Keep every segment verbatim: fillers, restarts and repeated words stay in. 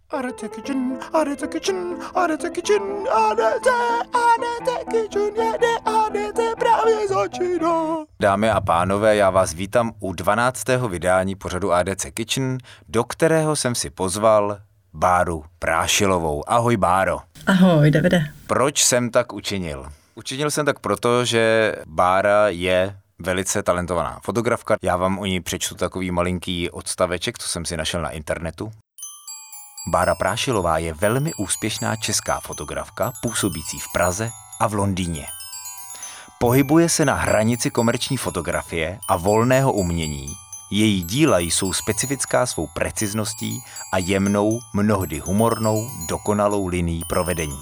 Arete Kitchen, Arete Kitchen, Arete Kitchen, Arete, Arete Kitchen, jede Arete právě začíná. Dámy a pánové, já vás vítám u dvanáctého vydání pořadu A D C Kitchen, do kterého jsem si pozval Báru Prášilovou. Ahoj, Báro. Ahoj, Davide. Proč jsem tak učinil? Učinil jsem tak proto, že Bára je velice talentovaná fotografka. Já vám o ní přečtu takový malinký odstaveček, co jsem si našel na internetu. Bára Prášilová je velmi úspěšná česká fotografka, působící v Praze a v Londýně. Pohybuje se na hranici komerční fotografie a volného umění. Její díla jsou specifická svou precizností a jemnou, mnohdy humornou, dokonalou linií provedení.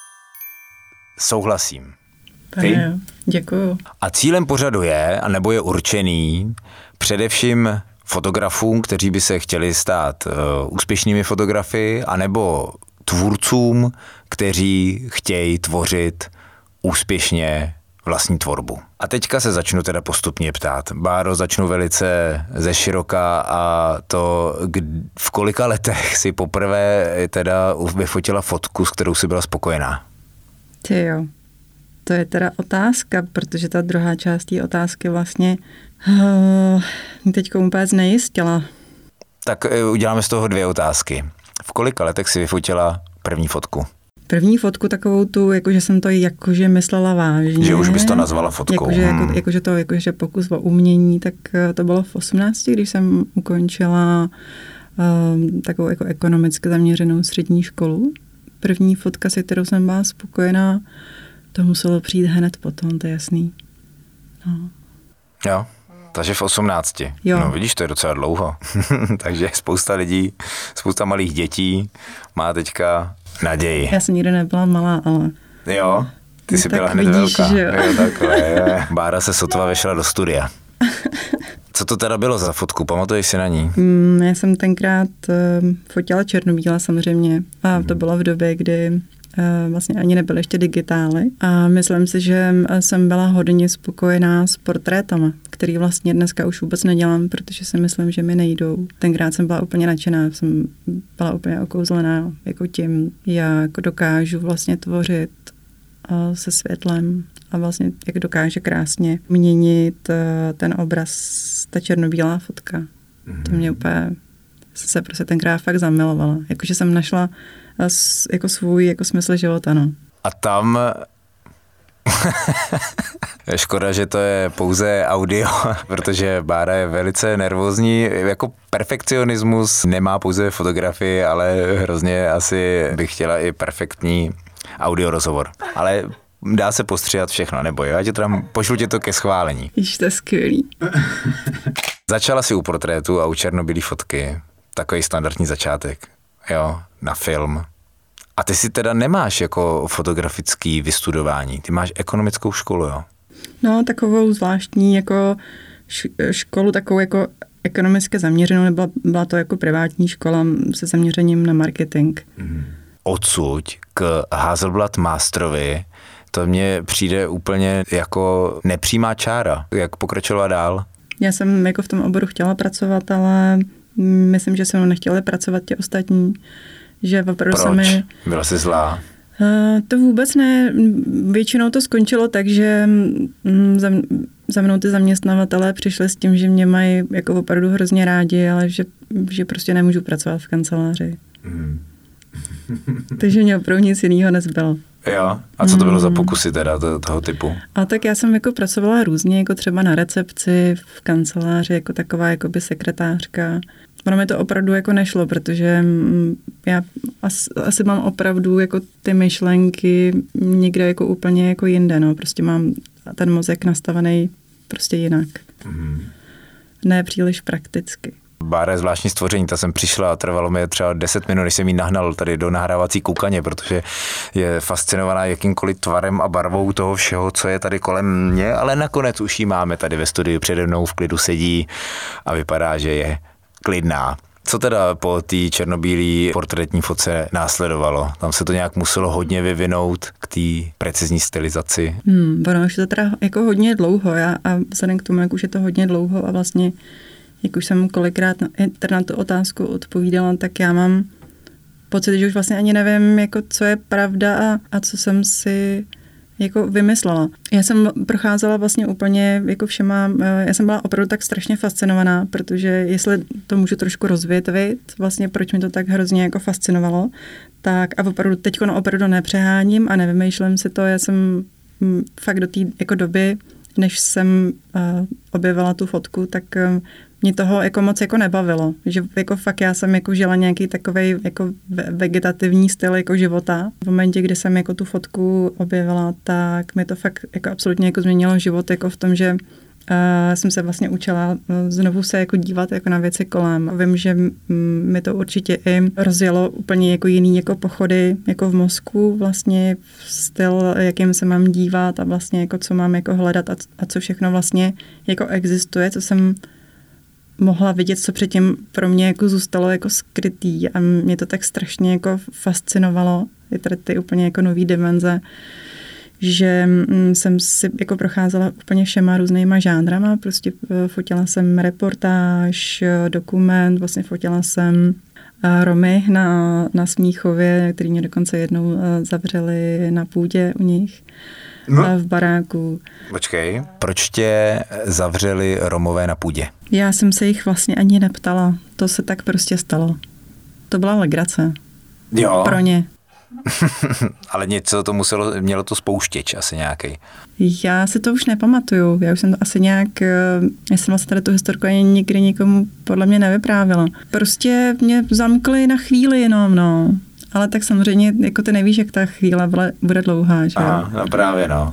Souhlasím. Ty? Pane, děkuju. A cílem pořadu je, anebo je určený, především fotografům, kteří by se chtěli stát uh, úspěšnými fotografy, anebo tvůrcům, kteří chtějí tvořit úspěšně vlastní tvorbu. A teďka se začnu teda postupně ptát. Báro, začnu velice ze široka a to v kolika letech si poprvé teda vyfotila fotku, s kterou si byla spokojená? Ty jo, to je teda otázka, protože ta druhá část té otázky vlastně uh, teďka úplně znejistila. Tak uděláme z toho dvě otázky. V kolika letech si vyfotila první fotku? První fotku takovou tu, jakože jsem to jakože myslela vážně. Že už bys to nazvala fotkou. Jakože, hmm. jako, jakože to jakože pokus o umění, tak to bylo v osmnácti, když jsem ukončila um, takovou jako ekonomicky zaměřenou střední školu. První fotka, se kterou jsem byla spokojená, to muselo přijít hned potom, to je jasný. No. Jo, takže v osmnácti. Jo. No vidíš, to je docela dlouho. Takže spousta lidí, spousta malých dětí má teďka naději. Já jsem nikdy nebyla malá, ale... Jo, ty no, jsi byla hned vidíš, velká. Že jo. Jo, takhle, je. Bára se sotva vešla do studia. Co to teda bylo za fotku? Pamatuješ si na ní? Mm, já jsem tenkrát uh, fotila černobíla samozřejmě a to bylo v době, kdy uh, vlastně ani nebyly ještě digitály a myslím si, že jsem byla hodně spokojená s portrétama, který vlastně dneska už vůbec nedělám, protože si myslím, že mi nejdou. Tenkrát jsem byla úplně nadšená, jsem byla úplně okouzlená jako tím, jak dokážu vlastně tvořit uh, se světlem a vlastně jak dokáže krásně měnit uh, ten obraz, ta černobílá fotka. Mm-hmm. To mě úplně se prostě tenkrát fakt zamilovala. Jakože jsem našla uh, s, jako svůj jako smysl života, no. A tam... je škoda, že to je pouze audio, protože Bára je velice nervózní. Jako perfekcionismus nemá pouze fotografii, ale hrozně asi bych chtěla i perfektní audio rozhovor. Ale dá se postříhat všechno, nebo jo? Já tě tam pošlu tě to ke schválení. Ježiš, to je skvělý. Začala si u portrétu a u černobílý fotky. Takový standardní začátek, jo, na film. A ty si teda nemáš jako fotografický vystudování, ty máš ekonomickou školu, jo? No, takovou zvláštní jako školu, takovou jako ekonomicky zaměřenou, nebo byla to jako privátní škola se zaměřením na marketing. Mm. Odsud k Hazelblad Masterovi, to mně přijde úplně jako nepřímá čára. Jak pokračovala dál? Já jsem jako v tom oboru chtěla pracovat, ale myslím, že se mnou nechtěli pracovat ti ostatní. Že opravdu Proč? Se mi... Byla jsi zlá? Uh, to vůbec ne. Většinou to skončilo tak, že za, za mnou ty zaměstnavatelé přišli s tím, že mě mají jako opravdu hrozně rádi, ale že, že prostě nemůžu pracovat v kanceláři. Mm. Takže mě opravdu nic jiného nezbylo. Jo? A co to bylo za pokusy teda to, toho typu? A tak já jsem jako pracovala různě, jako třeba na recepci, v kanceláři, jako taková jakoby sekretářka. Ono mi to opravdu jako nešlo, protože já asi, asi mám opravdu jako ty myšlenky někde jako úplně jako jinde, no. Prostě mám ten mozek nastavený prostě jinak. Mm. Ne příliš prakticky. Bára je zvláštní stvoření, ta jsem přišla a trvalo mi třeba deset minut, než jsem jí nahnal tady do nahrávací koukaně, protože je fascinovaná jakýmkoliv tvarem a barvou toho všeho, co je tady kolem mě, ale nakonec už jí máme tady ve studiu přede mnou, v klidu sedí a vypadá, že je klidná. Co teda po té černobílé portrétní fotce následovalo? Tam se to nějak muselo hodně vyvinout k té precizní stylizaci. Hmm, ono už je to teda jako hodně dlouho já, a vzhledem k tomu, jak už je to hodně dlouho a vlastně jak už jsem kolikrát na, na tu otázku odpovídala, tak já mám pocit, že už vlastně ani nevím, jako co je pravda a, a co jsem si jako vymyslela. Já jsem procházela vlastně úplně jako všema, já jsem byla opravdu tak strašně fascinovaná, protože jestli to můžu trošku rozvětvit, vlastně proč mi to tak hrozně jako fascinovalo, tak a opravdu teďko no opravdu nepřeháním a nevymýšlím si to, já jsem fakt do té jako doby, než jsem uh, objevila tu fotku, tak uh, mě toho jako moc jako nebavilo, že jako fakt já jsem jako žila nějaký takovej jako vegetativní styl jako života. V momentě, kdy jsem jako tu fotku objevila, tak mi to fakt jako absolutně jako změnilo život jako v tom, že uh, jsem se vlastně učila uh, znovu se jako dívat jako na věci kolem. Vím, že mm, mi to určitě i rozjelo úplně jako jiný jako pochody jako v mozku, vlastně styl, jakým se mám dívat a vlastně jako co mám jako hledat a, a co všechno vlastně jako existuje, co jsem mohla vidět, co předtím pro mě jako zůstalo jako skrytý a mě to tak strašně jako fascinovalo, je tady ty úplně jako nový dimenze, že jsem si jako procházela úplně všema různýma žánrama, prostě fotila jsem reportáž, dokument, vlastně fotila jsem Romy na, na Smíchově, který mě dokonce jednou zavřeli na půdě u nich. No. V baráku. Počkej, proč tě zavřeli Romové na půdě? Já jsem se jich vlastně ani neptala. To se tak prostě stalo. To byla legrace. Jo. Pro ně. Ale něco to muselo, mělo to spouštěč asi nějaký. Já si to už nepamatuju. Já už jsem to asi nějak, já jsem vlastně tady tu historku ani nikdy nikomu podle mě nevyprávěla. Prostě mě zamkli na chvíli jenom, no. Ale tak samozřejmě, jako ty nevíš, jak ta chvíle bude dlouhá, že jo? Aha, no právě, no.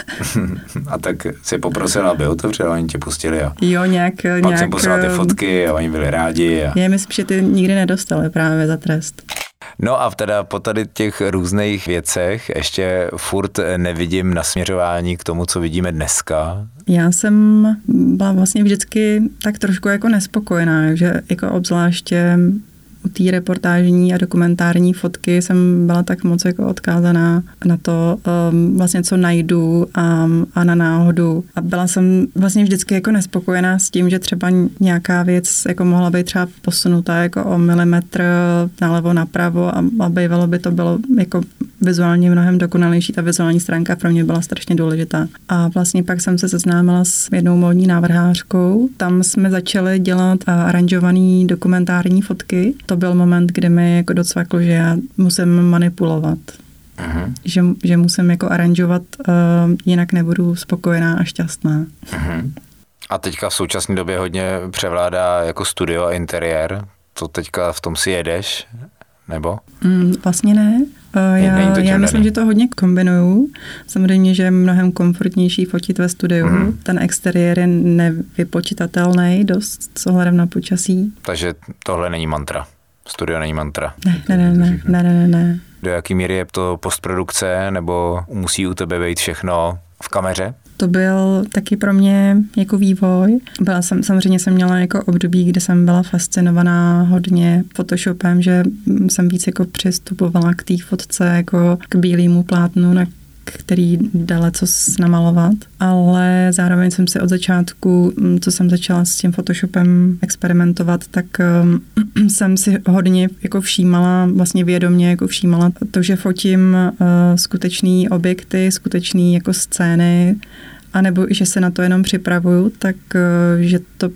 A tak si poprosila, aby otevřela, oni tě pustili a jo, nějak, pak nějak, jsem poslala ty fotky a oni byli rádi. A... Já myslím, že ty nikdy nedostali právě za trest. No a teda po tady těch různých věcech ještě furt nevidím nasměřování k tomu, co vidíme dneska. Já jsem byla vlastně vždycky tak trošku jako nespokojená, že jako obzvláště u té reportážní a dokumentární fotky jsem byla tak moc jako odkázaná na to, um, vlastně co najdu a, a na náhodu. A byla jsem vlastně vždycky jako nespokojená s tím, že třeba nějaká věc jako mohla být třeba posunutá jako o milimetr nalevo napravo a, a bývalo by to bylo jako vizuálně mnohem dokonalejší. Ta vizuální stránka pro mě byla strašně důležitá. A vlastně pak jsem se seznámila s jednou módní návrhářkou. Tam jsme začali dělat aranžovaný dokumentární fotky. To byl moment, kdy mi jako docvaklo, že já musím manipulovat. Uh-huh. Že, že musím jako aranžovat, uh, jinak nebudu spokojená a šťastná. Uh-huh. A teďka v současné době hodně převládá jako studio a interiér. To teďka v tom si jedeš, nebo? Mm, vlastně ne. Uh, já, já myslím, že to hodně kombinuju. Samozřejmě, že je mnohem komfortnější fotit ve studiu. Mm. Ten exteriér je nevypočitatelný dost s ohledem na počasí. Takže tohle není mantra. Studio není mantra. Ne, ne, ne, ne, ne, ne, ne. Do jaký míry je to postprodukce, nebo musí u tebe být všechno v kameře? To byl taky pro mě jako vývoj. Byla jsem, samozřejmě jsem měla jako období, kdy jsem byla fascinovaná hodně Photoshopem, že jsem víc jako přistupovala k té fotce jako k bílému plátnu, na který dala co namalovat, ale zároveň jsem si od začátku, co jsem začala s tím Photoshopem experimentovat, tak um, jsem si hodně jako všímala, vlastně vědomě jako všímala to, že fotím uh, skutečný objekty, skutečný jako scény, anebo že se na to jenom připravuju, tak uh, že to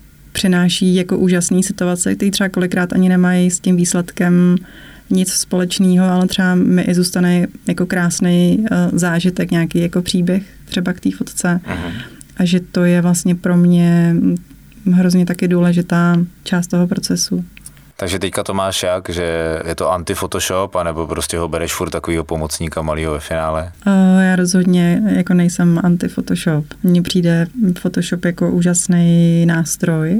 přináší jako úžasné situace, které třeba kolikrát ani nemají s tím výsledkem nic společného, ale třeba mi i zůstane jako krásný uh, zážitek, nějaký jako příběh třeba k té fotce. Aha. A že to je vlastně pro mě hrozně taky důležitá část toho procesu. Takže teďka to máš jak, že je to anti-Photoshop, anebo prostě ho bereš furt takovýho pomocníka malýho ve finále? Uh, já rozhodně jako nejsem anti-Photoshop. Mně přijde Photoshop jako úžasný nástroj,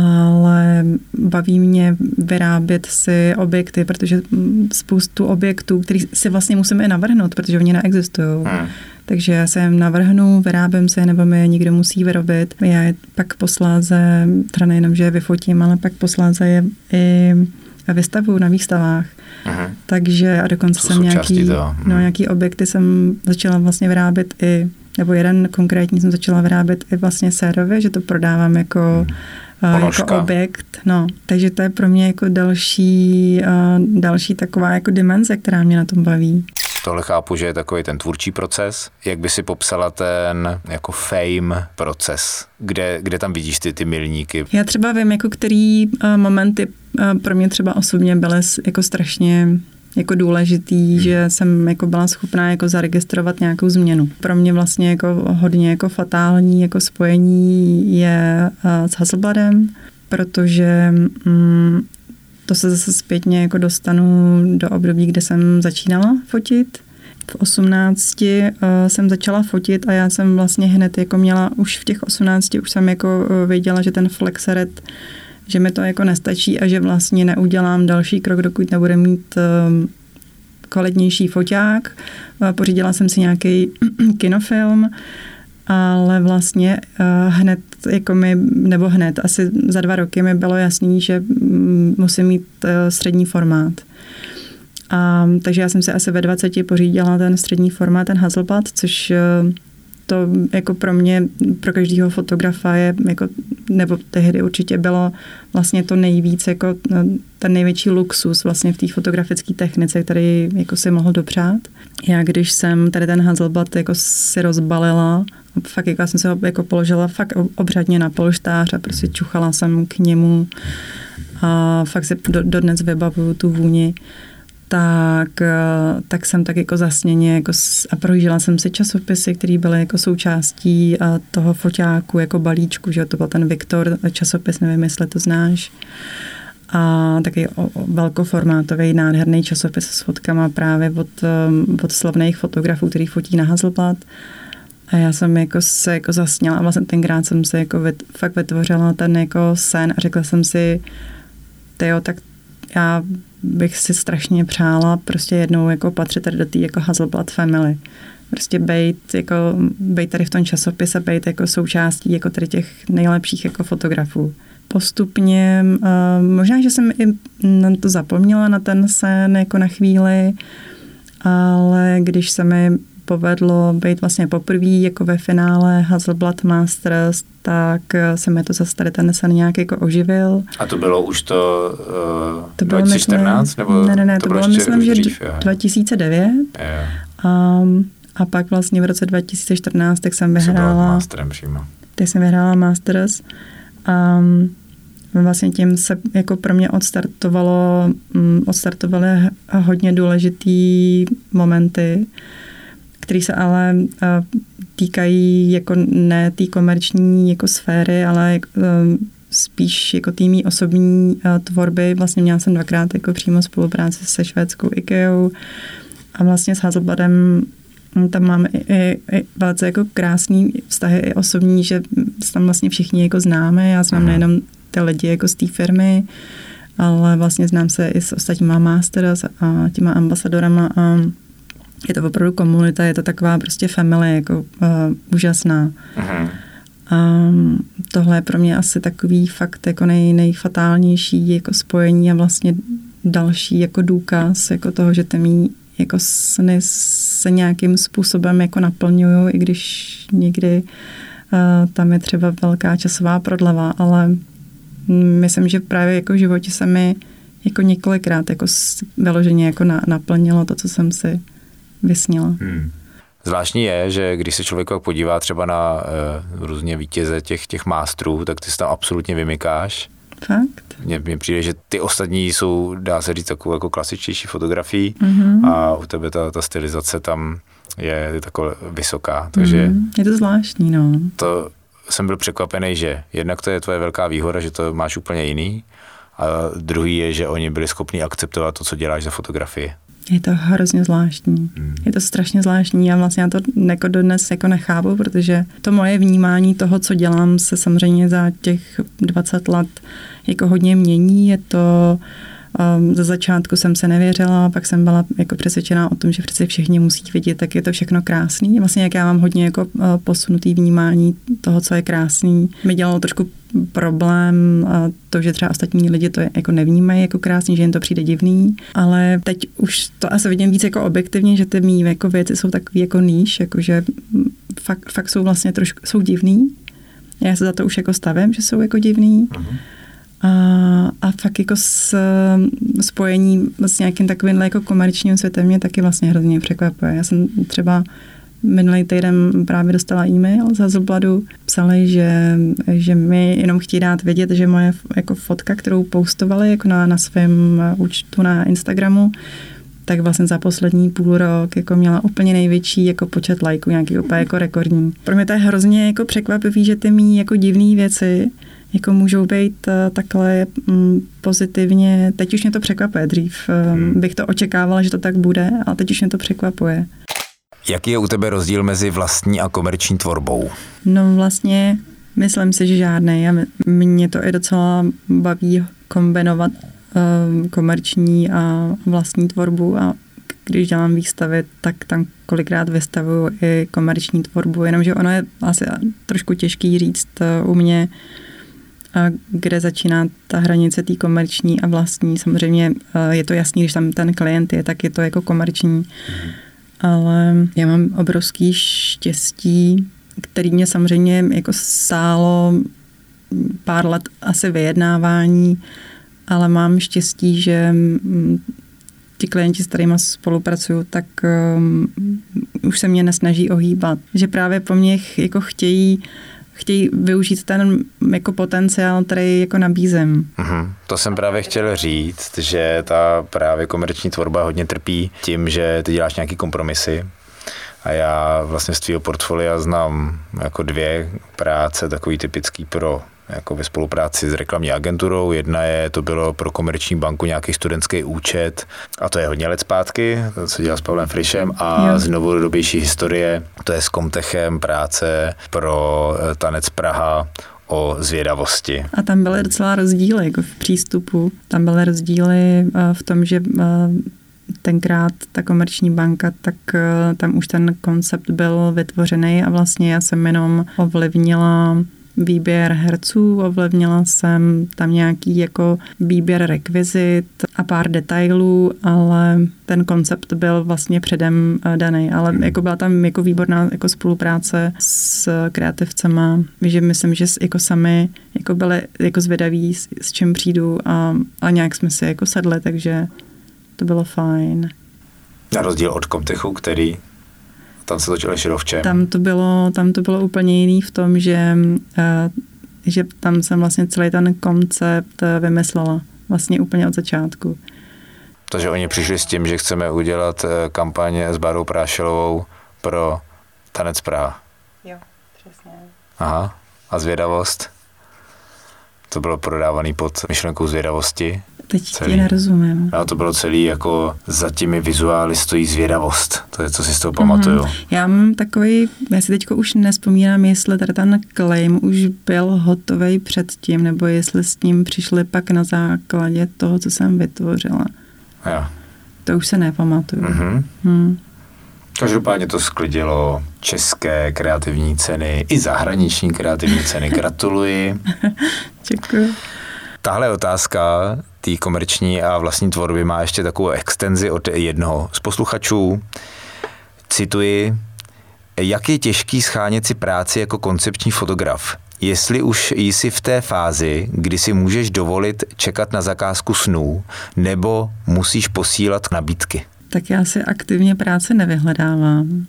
ale baví mě vyrábět si objekty, protože spoustu objektů, který si vlastně musíme i navrhnout, protože oni neexistují. Hmm. Takže já se je navrhnu, vyrábím se, nebo mi je někdo musí vyrobit. Já je pak posláze, teda nejenom, že je vyfotím, ale pak posláze je i vystavuju na výstavách. Aha. Takže a dokonce to jsem nějaký, no, nějaký objekty jsem začala vlastně vyrábět i, nebo jeden konkrétní jsem začala vyrábět i vlastně sérově, že to prodávám jako jako objekt. No, takže to je pro mě jako další, uh, další taková jako dimenze, která mě na tom baví. Tohle chápu, že je takový ten tvůrčí proces. Jak by si popsala ten jako fame proces? Kde, kde tam vidíš ty, ty milníky? Já třeba vím, jako který uh, momenty uh, pro mě třeba osobně byly jako strašně jako důležitý, hmm. že jsem jako byla schopná jako zaregistrovat nějakou změnu. Pro mě vlastně jako hodně jako fatální jako spojení je uh, s Hasselbladem, protože um, to se zase zpětně jako dostanu do období, kde jsem začínala fotit. V osmnácti uh, jsem začala fotit a já jsem vlastně hned jako měla, už v těch osmnácti už jsem jako uh, věděla, že ten flexeret, že mi to jako nestačí a že vlastně neudělám další krok, dokud nebudu mít uh, kvalitnější foťák. Uh, pořídila jsem si nějaký kinofilm, ale vlastně uh, hned jako mi, nebo hned, asi za dva roky mi bylo jasný, že musím mít uh, střední formát. A, takže já jsem si asi ve dvaceti pořídila ten střední formát, ten Hasselblad, což uh, to jako pro mě, pro každého fotografa je, jako, nebo tehdy určitě bylo vlastně to nejvíc, jako ten největší luxus vlastně v té fotografické technice, který jako si mohl dopřát. Já když jsem tady ten Hasselblad jako si rozbalila, fakt jako já jsem se ho jako položila fakt obřadně na polštář a prostě čuchala jsem k němu a fakt si do, dodnes vybavuju tu vůni, tak, tak jsem tak jako zasněně jako a prožila jsem si časopisy, které byly jako součástí toho foťáku, jako balíčku, že to byl ten Viktor časopis, nevím, jestli to znáš. A taky velkoformátový nádherný časopis s fotkama právě od, od slavných fotografů, který fotí na Hasselblad. A já jsem jako se jako zasněla a vlastně tenkrát jsem se jako vyt, fakt vytvořila ten jako sen a řekla jsem si, tyjo, tak já bych si strašně přála prostě jednou jako patřit tady do té jako Hasselblad family. Prostě bejt, jako, bejt tady v tom časopise, bejt jako součástí jako tady těch nejlepších jako fotografů. Postupně, uh, možná, že jsem i na to zapomněla, na ten sen jako na chvíli, ale když se mi povedlo být vlastně poprvé jako ve finále Hasselblad Masters, tak se mi to zase tady ten sen nějak jako oživil. A to bylo už to, uh, to dva tisíce čtrnáct? Myslím, nebo ne, ne, ne, to, to bylo, bylo myslím, že dřív, dva tisíce devět. Je. A, a pak vlastně v roce dva tisíce čtrnáct tak jsem vyhrála Masterem přímo. Tak jsem vyhrála Masters. A vlastně tím se jako pro mě odstartovalo, odstartovaly hodně důležitý momenty, které se ale týkají jako ne té komerční jako sféry, ale spíš jako týmí osobní tvorby. Vlastně měla jsem dvakrát jako přímo spolupráci se švédskou IKEA a vlastně s Hasselbladem tam máme i, i, i velice jako krásný vztahy i osobní, že tam vlastně všichni jako známe. Já znám nejenom ty lidi jako z té firmy, ale vlastně znám se i s ostatníma Masters a těma ambasadorama a je to opravdu komunita, je to taková prostě family, jako uh, úžasná. Uh-huh. A tohle je pro mě asi takový fakt jako nej, nejfatálnější jako spojení a vlastně další jako důkaz jako toho, že ty mý jako sny se nějakým způsobem jako naplňují, i když někdy uh, tam je třeba velká časová prodleva, ale myslím, že právě jako v životě se mi jako několikrát jako vyloženě jako na, naplnilo to, co jsem si vysnila. Hmm. Zvláštní je, že když se člověk podívá třeba na uh, různě vítěze těch, těch mástrů, tak ty se tam absolutně vymykáš. Fakt? Mně, mně přijde, že ty ostatní jsou, dá se říct, takovou jako klasičtější fotografií mm-hmm. a u tebe ta, ta stylizace tam je, je taková vysoká. Takže mm, je to zvláštní, no. To jsem byl překvapený, že jednak to je tvoje velká výhoda, že to máš úplně jiný a druhý je, že oni byli schopni akceptovat to, co děláš za fotografii. Je to hrozně zvláštní. Hmm. Je to strašně zvláštní a vlastně já to jako dodnes jako nechápu, protože to moje vnímání toho, co dělám, se samozřejmě za těch dvacet let jako hodně mění. Je to, um, ze začátku jsem se nevěřila, pak jsem byla jako přesvědčená o tom, že přece všichni musí vidět, tak je to všechno krásný. Vlastně jak já mám hodně jako uh, posunutý vnímání toho, co je krásný. Mi dělalo trošku problém a to, že třeba ostatní lidi to jako nevnímají jako krásný, že jim to přijde divný, ale teď už to asi vidím víc jako objektivně, že ty mý jako věci jsou takový jako níž, jakože fakt, fakt jsou vlastně trošku, jsou divný Já se za to už jako stavím, že jsou jako divný. Uh-huh. A, a fakt jako s, spojení s nějakým takovým jako komerčním světem mě taky vlastně hrozně překvapuje. Já jsem třeba minulý týden právě dostala e-mail z Hazelbladu. Psali, že, že mi jenom chtějí dát vědět, že moje jako fotka, kterou postovali jako na, na svém účtu na Instagramu, tak vlastně za poslední půl rok jako měla úplně největší jako počet lajků, nějaký úplně jako rekordní. Pro mě to je hrozně jako překvapivý, že ty mý jako divný věci jako můžou být takhle pozitivně. Teď už mě to překvapuje. Dřív hmm. bych to očekávala, že to tak bude, ale teď už mě to překvapuje. Jaký je u tebe rozdíl mezi vlastní a komerční tvorbou? No vlastně myslím si, že žádnej. A mě to i docela baví kombinovat um, komerční a vlastní tvorbu a když dělám výstavy, tak tam kolikrát vystavuju i komerční tvorbu, jenomže ono je asi trošku těžký říct u mě, kde začíná ta hranice té komerční a vlastní. Samozřejmě je to jasný, když tam ten klient je, tak je to jako komerční. Mm. Ale já mám obrovský štěstí, který mě samozřejmě jako stálo pár let asi vyjednávání, ale mám štěstí, že ti klienti, s kterými spolupracuju, tak um, už se mě nesnaží ohýbat. Že právě po mně jako chtějí chtějí využít ten jako potenciál, který jako nabízím. Mm-hmm. To jsem právě chtěl říct, že ta právě komerční tvorba hodně trpí tím, že ty děláš nějaký kompromisy a já vlastně z tvýho portfolia znám jako dvě práce, takový typický pro jako ve spolupráci s reklamní agenturou. Jedna je, to bylo pro Komerční banku nějaký studentský účet a to je hodně let zpátky, to, co dělal s Pavlem Frišem a jo. Z novodobější historie, to je s Comtechem práce pro Tanec Praha o zvědavosti. A tam byly docela rozdíly jako v přístupu. Tam byly rozdíly v tom, že tenkrát ta Komerční banka, tak tam už ten koncept byl vytvořený a vlastně já jsem jenom ovlivnila výběr herců, ovlivnila jsem tam nějaký jako výběr rekvizit a pár detailů, ale ten koncept byl vlastně předem daný, ale jako byla tam jako výborná jako spolupráce s kreativcema, že myslím, že jako sami jako byli jako zvědaví, s, s čím přijdu a, a nějak jsme si jako sedli, takže to bylo fajn. Na rozdíl od Comtechu, který tam se točili širovče. Tam to bylo, tam to bylo úplně jiný v tom, že, že tam jsem vlastně celý ten koncept vymyslela vlastně úplně od začátku. Takže oni přišli s tím, že chceme udělat kampaň s Bárou Prášelovou pro Tanec Praha. Jo, přesně. Aha, a zvědavost? To bylo prodávaný pod myšlenkou zvědavosti. Teď ti nerozumím. No, to bylo celý jako za těmi vizuály stojí zvědavost. To je, co si z toho pamatuju. Mm-hmm. Já mám takový, já si teďko už nevzpomínám, jestli tady ten claim už byl hotovej předtím, nebo jestli s ním přišli pak na základě toho, co jsem vytvořila. Jo. To už se nepamatuju. Mm-hmm. Hmm. Každopádně to sklidilo české kreativní ceny i zahraniční kreativní ceny. Gratuluji. Děkuji. Tahle otázka té komerční a vlastní tvorby má ještě takovou extenzi od jednoho z posluchačů. Cituji, jak je těžký schánět si práci jako koncepční fotograf, jestli už jsi v té fázi, kdy si můžeš dovolit čekat na zakázku snů, nebo musíš posílat nabídky. Tak já si aktivně práce nevyhledávám.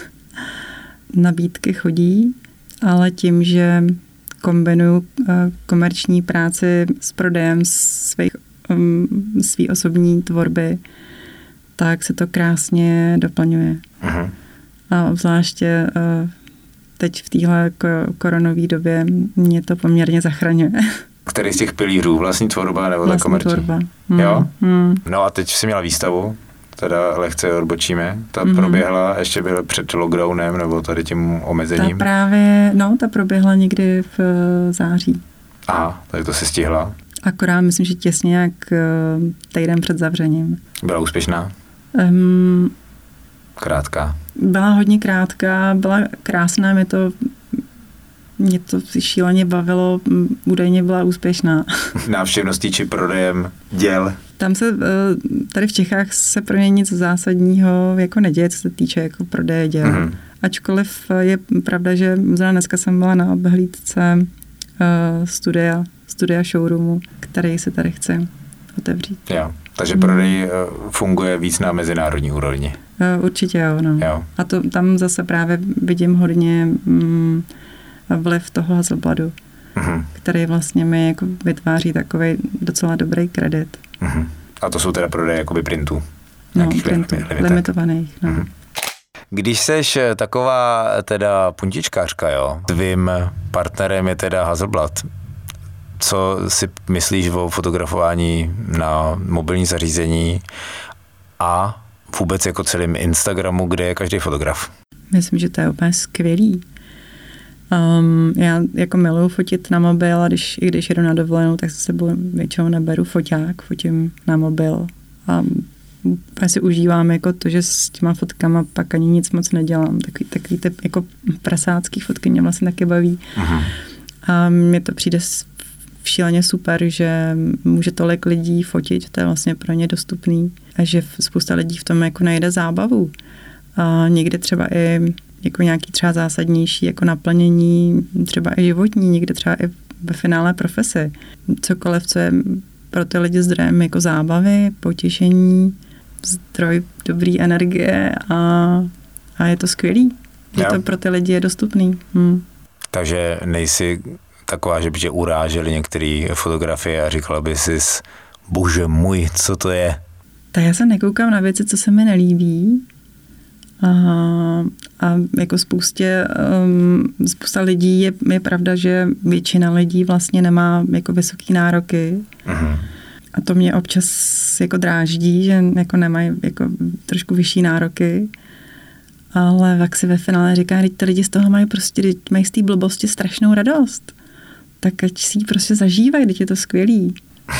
Nabídky chodí, ale tím, že kombinuju komerční práci s prodejem svých, um, svý osobní tvorby, tak se to krásně doplňuje. Uh-huh. A obzvláště uh, teď v téhle koronové době mě to poměrně zachraňuje. Který z těch pilířů? Vlastní tvorba nebo vlastní ta komerční? Tvorba. Hmm. Jo? Hmm. No a teď jsi měla výstavu, teda lehce odbočíme. Ta mm-hmm. proběhla ještě byl před lockdownem nebo tady tím omezením? Ta právě, no, ta proběhla někdy v září. Aha, takže to se stihla. Akorát myslím, že těsně jak týden před zavřením. Byla úspěšná? Um, krátká. Byla hodně krátká, byla krásná, mě to, mě to šíleně bavilo, údajně byla úspěšná. Návštěvností či prodejem děl? Tam se, tady v Čechách se pro ně nic zásadního jako neděje, co se týče jako prodeje děl. Mm-hmm. Ačkoliv je pravda, že dneska jsem byla na obhlídce uh, studia, studia showroomu, který si tady chci otevřít. Jo, takže prodej uh, funguje víc na mezinárodní úrovni. Uh, určitě jo, no. Jo. A to, tam zase právě vidím hodně mm, vliv toho Hasselbladu, uh-huh. který vlastně mi jako vytváří takový docela dobrý kredit. Uh-huh. A to jsou teda prodeje jakoby printů? No, printů, limitovaných, no. Uh-huh. Když seš taková teda puntičkářka, jo, tvým partnerem je teda Hasselblad. Co si myslíš o fotografování na mobilní zařízení a vůbec jako celým Instagramu, kde je každý fotograf? Myslím, že to je úplně skvělý. Um, já jako miluju fotit na mobil a když, i když jedu na dovolenou, tak se sebou většinou neberu foťák, fotím na mobil a já si užívám jako to, že s těma fotkama pak ani nic moc nedělám. Takový, takový ty jako prasácký fotky mě vlastně taky baví. Uh-huh. A mně to přijde šíleně super, že může tolik lidí fotit, to je vlastně pro ně dostupný a že spousta lidí v tom jako najde zábavu. A někdy třeba i jako nějaký třeba zásadnější jako naplnění, třeba i životní, někde třeba i ve finále profese. Cokoliv, co je pro ty lidi zdrojem jako zábavy, potěšení, zdroj dobrý energie a, a je to skvělý. Že to pro ty lidi je dostupný. Hm. Takže nejsi taková, že by tě urážely některé fotografie a říkala by si, bože můj, co to je? Tak já se nekoukám na věci, co se mi nelíbí. A, a jako spoustě, um, spousta lidí je, je pravda, že většina lidí vlastně nemá jako vysoký nároky. Uh-huh. A to mě občas jako dráždí, že jako nemají jako trošku vyšší nároky. Ale tak si ve finále říká, že ty lidi z toho mají prostě, mají z té blbosti strašnou radost. Tak ať si ji prostě zažívají, teď je to skvělý.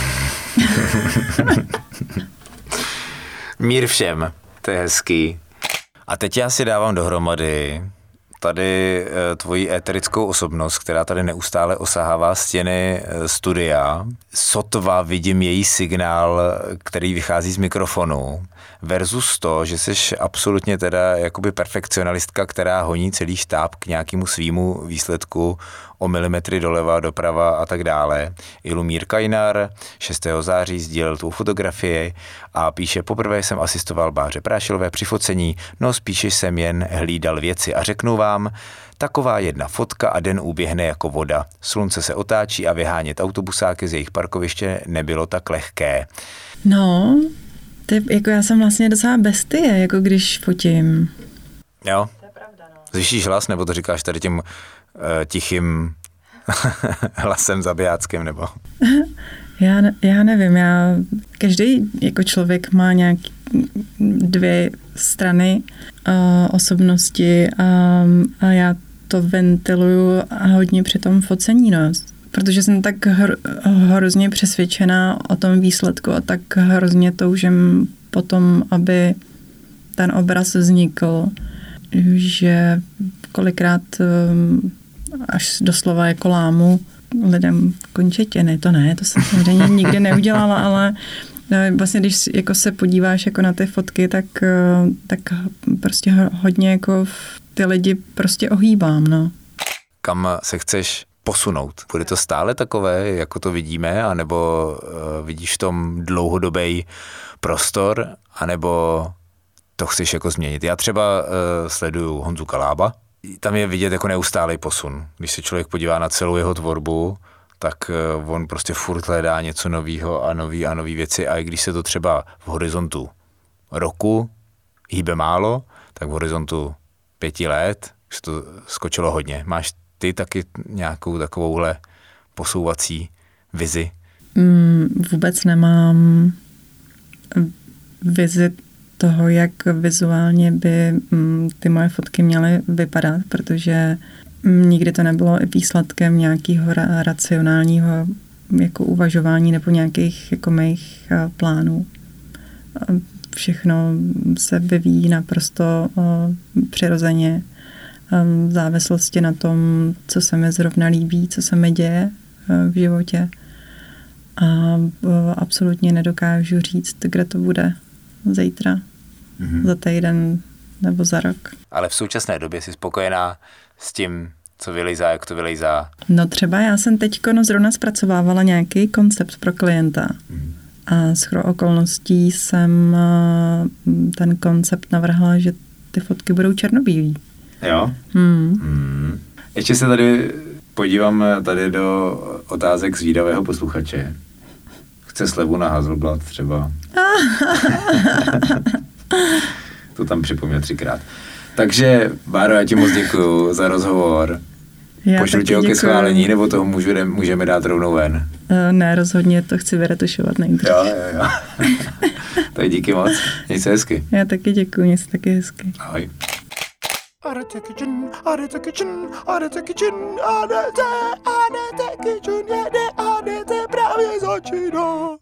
Mír všem, to je hezký. A teď já si dávám dohromady tady tvoji éterickou osobnost, která tady neustále osahává stěny studia. Sotva vidím její signál, který vychází z mikrofonu, versus to, že jsi absolutně teda jakoby perfekcionalistka, která honí celý štáb k nějakému svýmu výsledku o milimetry doleva, doprava a tak dále. Ilumír Kajnar šestého září sdílel tu fotografii a píše, poprvé jsem asistoval Báře Prášilové při focení, no spíše jsem jen hlídal věci a řeknu vám, taková jedna fotka a den uběhne jako voda. Slunce se otáčí a vyhánět autobusáky z jejich parkoviště nebylo tak lehké. No, ty, jako já jsem vlastně docela bestie, jako když fotím. Jo? To je pravda, no. Zvýšíš hlas, nebo to říkáš tady tím uh, tichým hlasem zabijáckým, nebo? já, já nevím, já, každý jako člověk má nějaký dvě strany uh, osobnosti a, a já to ventiluju a hodně při tom focení, no. Protože jsem tak hro, hrozně přesvědčená o tom výsledku a tak hrozně toužím potom, aby ten obraz vznikl, že kolikrát um, až doslova jako lámu lidem končetiny. To ne, to jsem samozřejmě nikdy neudělala, ale vlastně když jako se podíváš jako na ty fotky, tak, tak prostě hodně jako ty lidi prostě ohýbám, no. Kam se chceš posunout? Bude to stále takové, jako to vidíme, anebo uh, vidíš v tom dlouhodobý prostor, anebo to chceš jako změnit? Já třeba uh, sleduju Honzu Kalába. Tam je vidět jako neustálý posun. Když se člověk podívá na celou jeho tvorbu, tak uh, on prostě furt hledá něco nového a nový a nový věci. A i když se to třeba v horizontu roku hýbe málo, tak v horizontu pěti let se to skočilo hodně. Máš ty taky nějakou takovouhle posouvací vizi? Mm, vůbec nemám vizi toho, jak vizuálně by mm, ty moje fotky měly vypadat, protože nikdy to nebylo výsledkem nějakého ra- racionálního jako uvažování nebo nějakých jako mých uh, plánů. Všechno se vyvíjí naprosto uh, přirozeně v závislosti na tom, co se mi zrovna líbí, co se mi děje v životě. A absolutně nedokážu říct, kde to bude zítra, mm-hmm. za týden, nebo za rok. Ale v současné době jsi spokojená s tím, co vylejzá, jak to vylejzá? No třeba já jsem teďko no, zrovna zpracovávala nějaký koncept pro klienta. Hmm. A shodou okolností jsem ten koncept navrhla, že ty fotky budou černobílý. Jo? Hmm. Hmm. Ještě se tady podívám tady do otázek zvídavého posluchače. Chce slevu na Hazelblad třeba. To tam připomněl třikrát. Takže, Báro, já ti moc děkuju za rozhovor. Já Pošlu ti ho ke schválení, nebo toho můžu, můžeme dát rovnou ven? Uh, ne, rozhodně to chci vyretušovat nejdřív. Jo, jo, jo. Tak díky moc. Měj se hezky. Já taky děkuju, měj se taky hezky. Ahoj. Adete Kitchen, Adete Kitchen, Adete Kitchen, Adete, Adete Kitchen, jede, Adete právě začíná.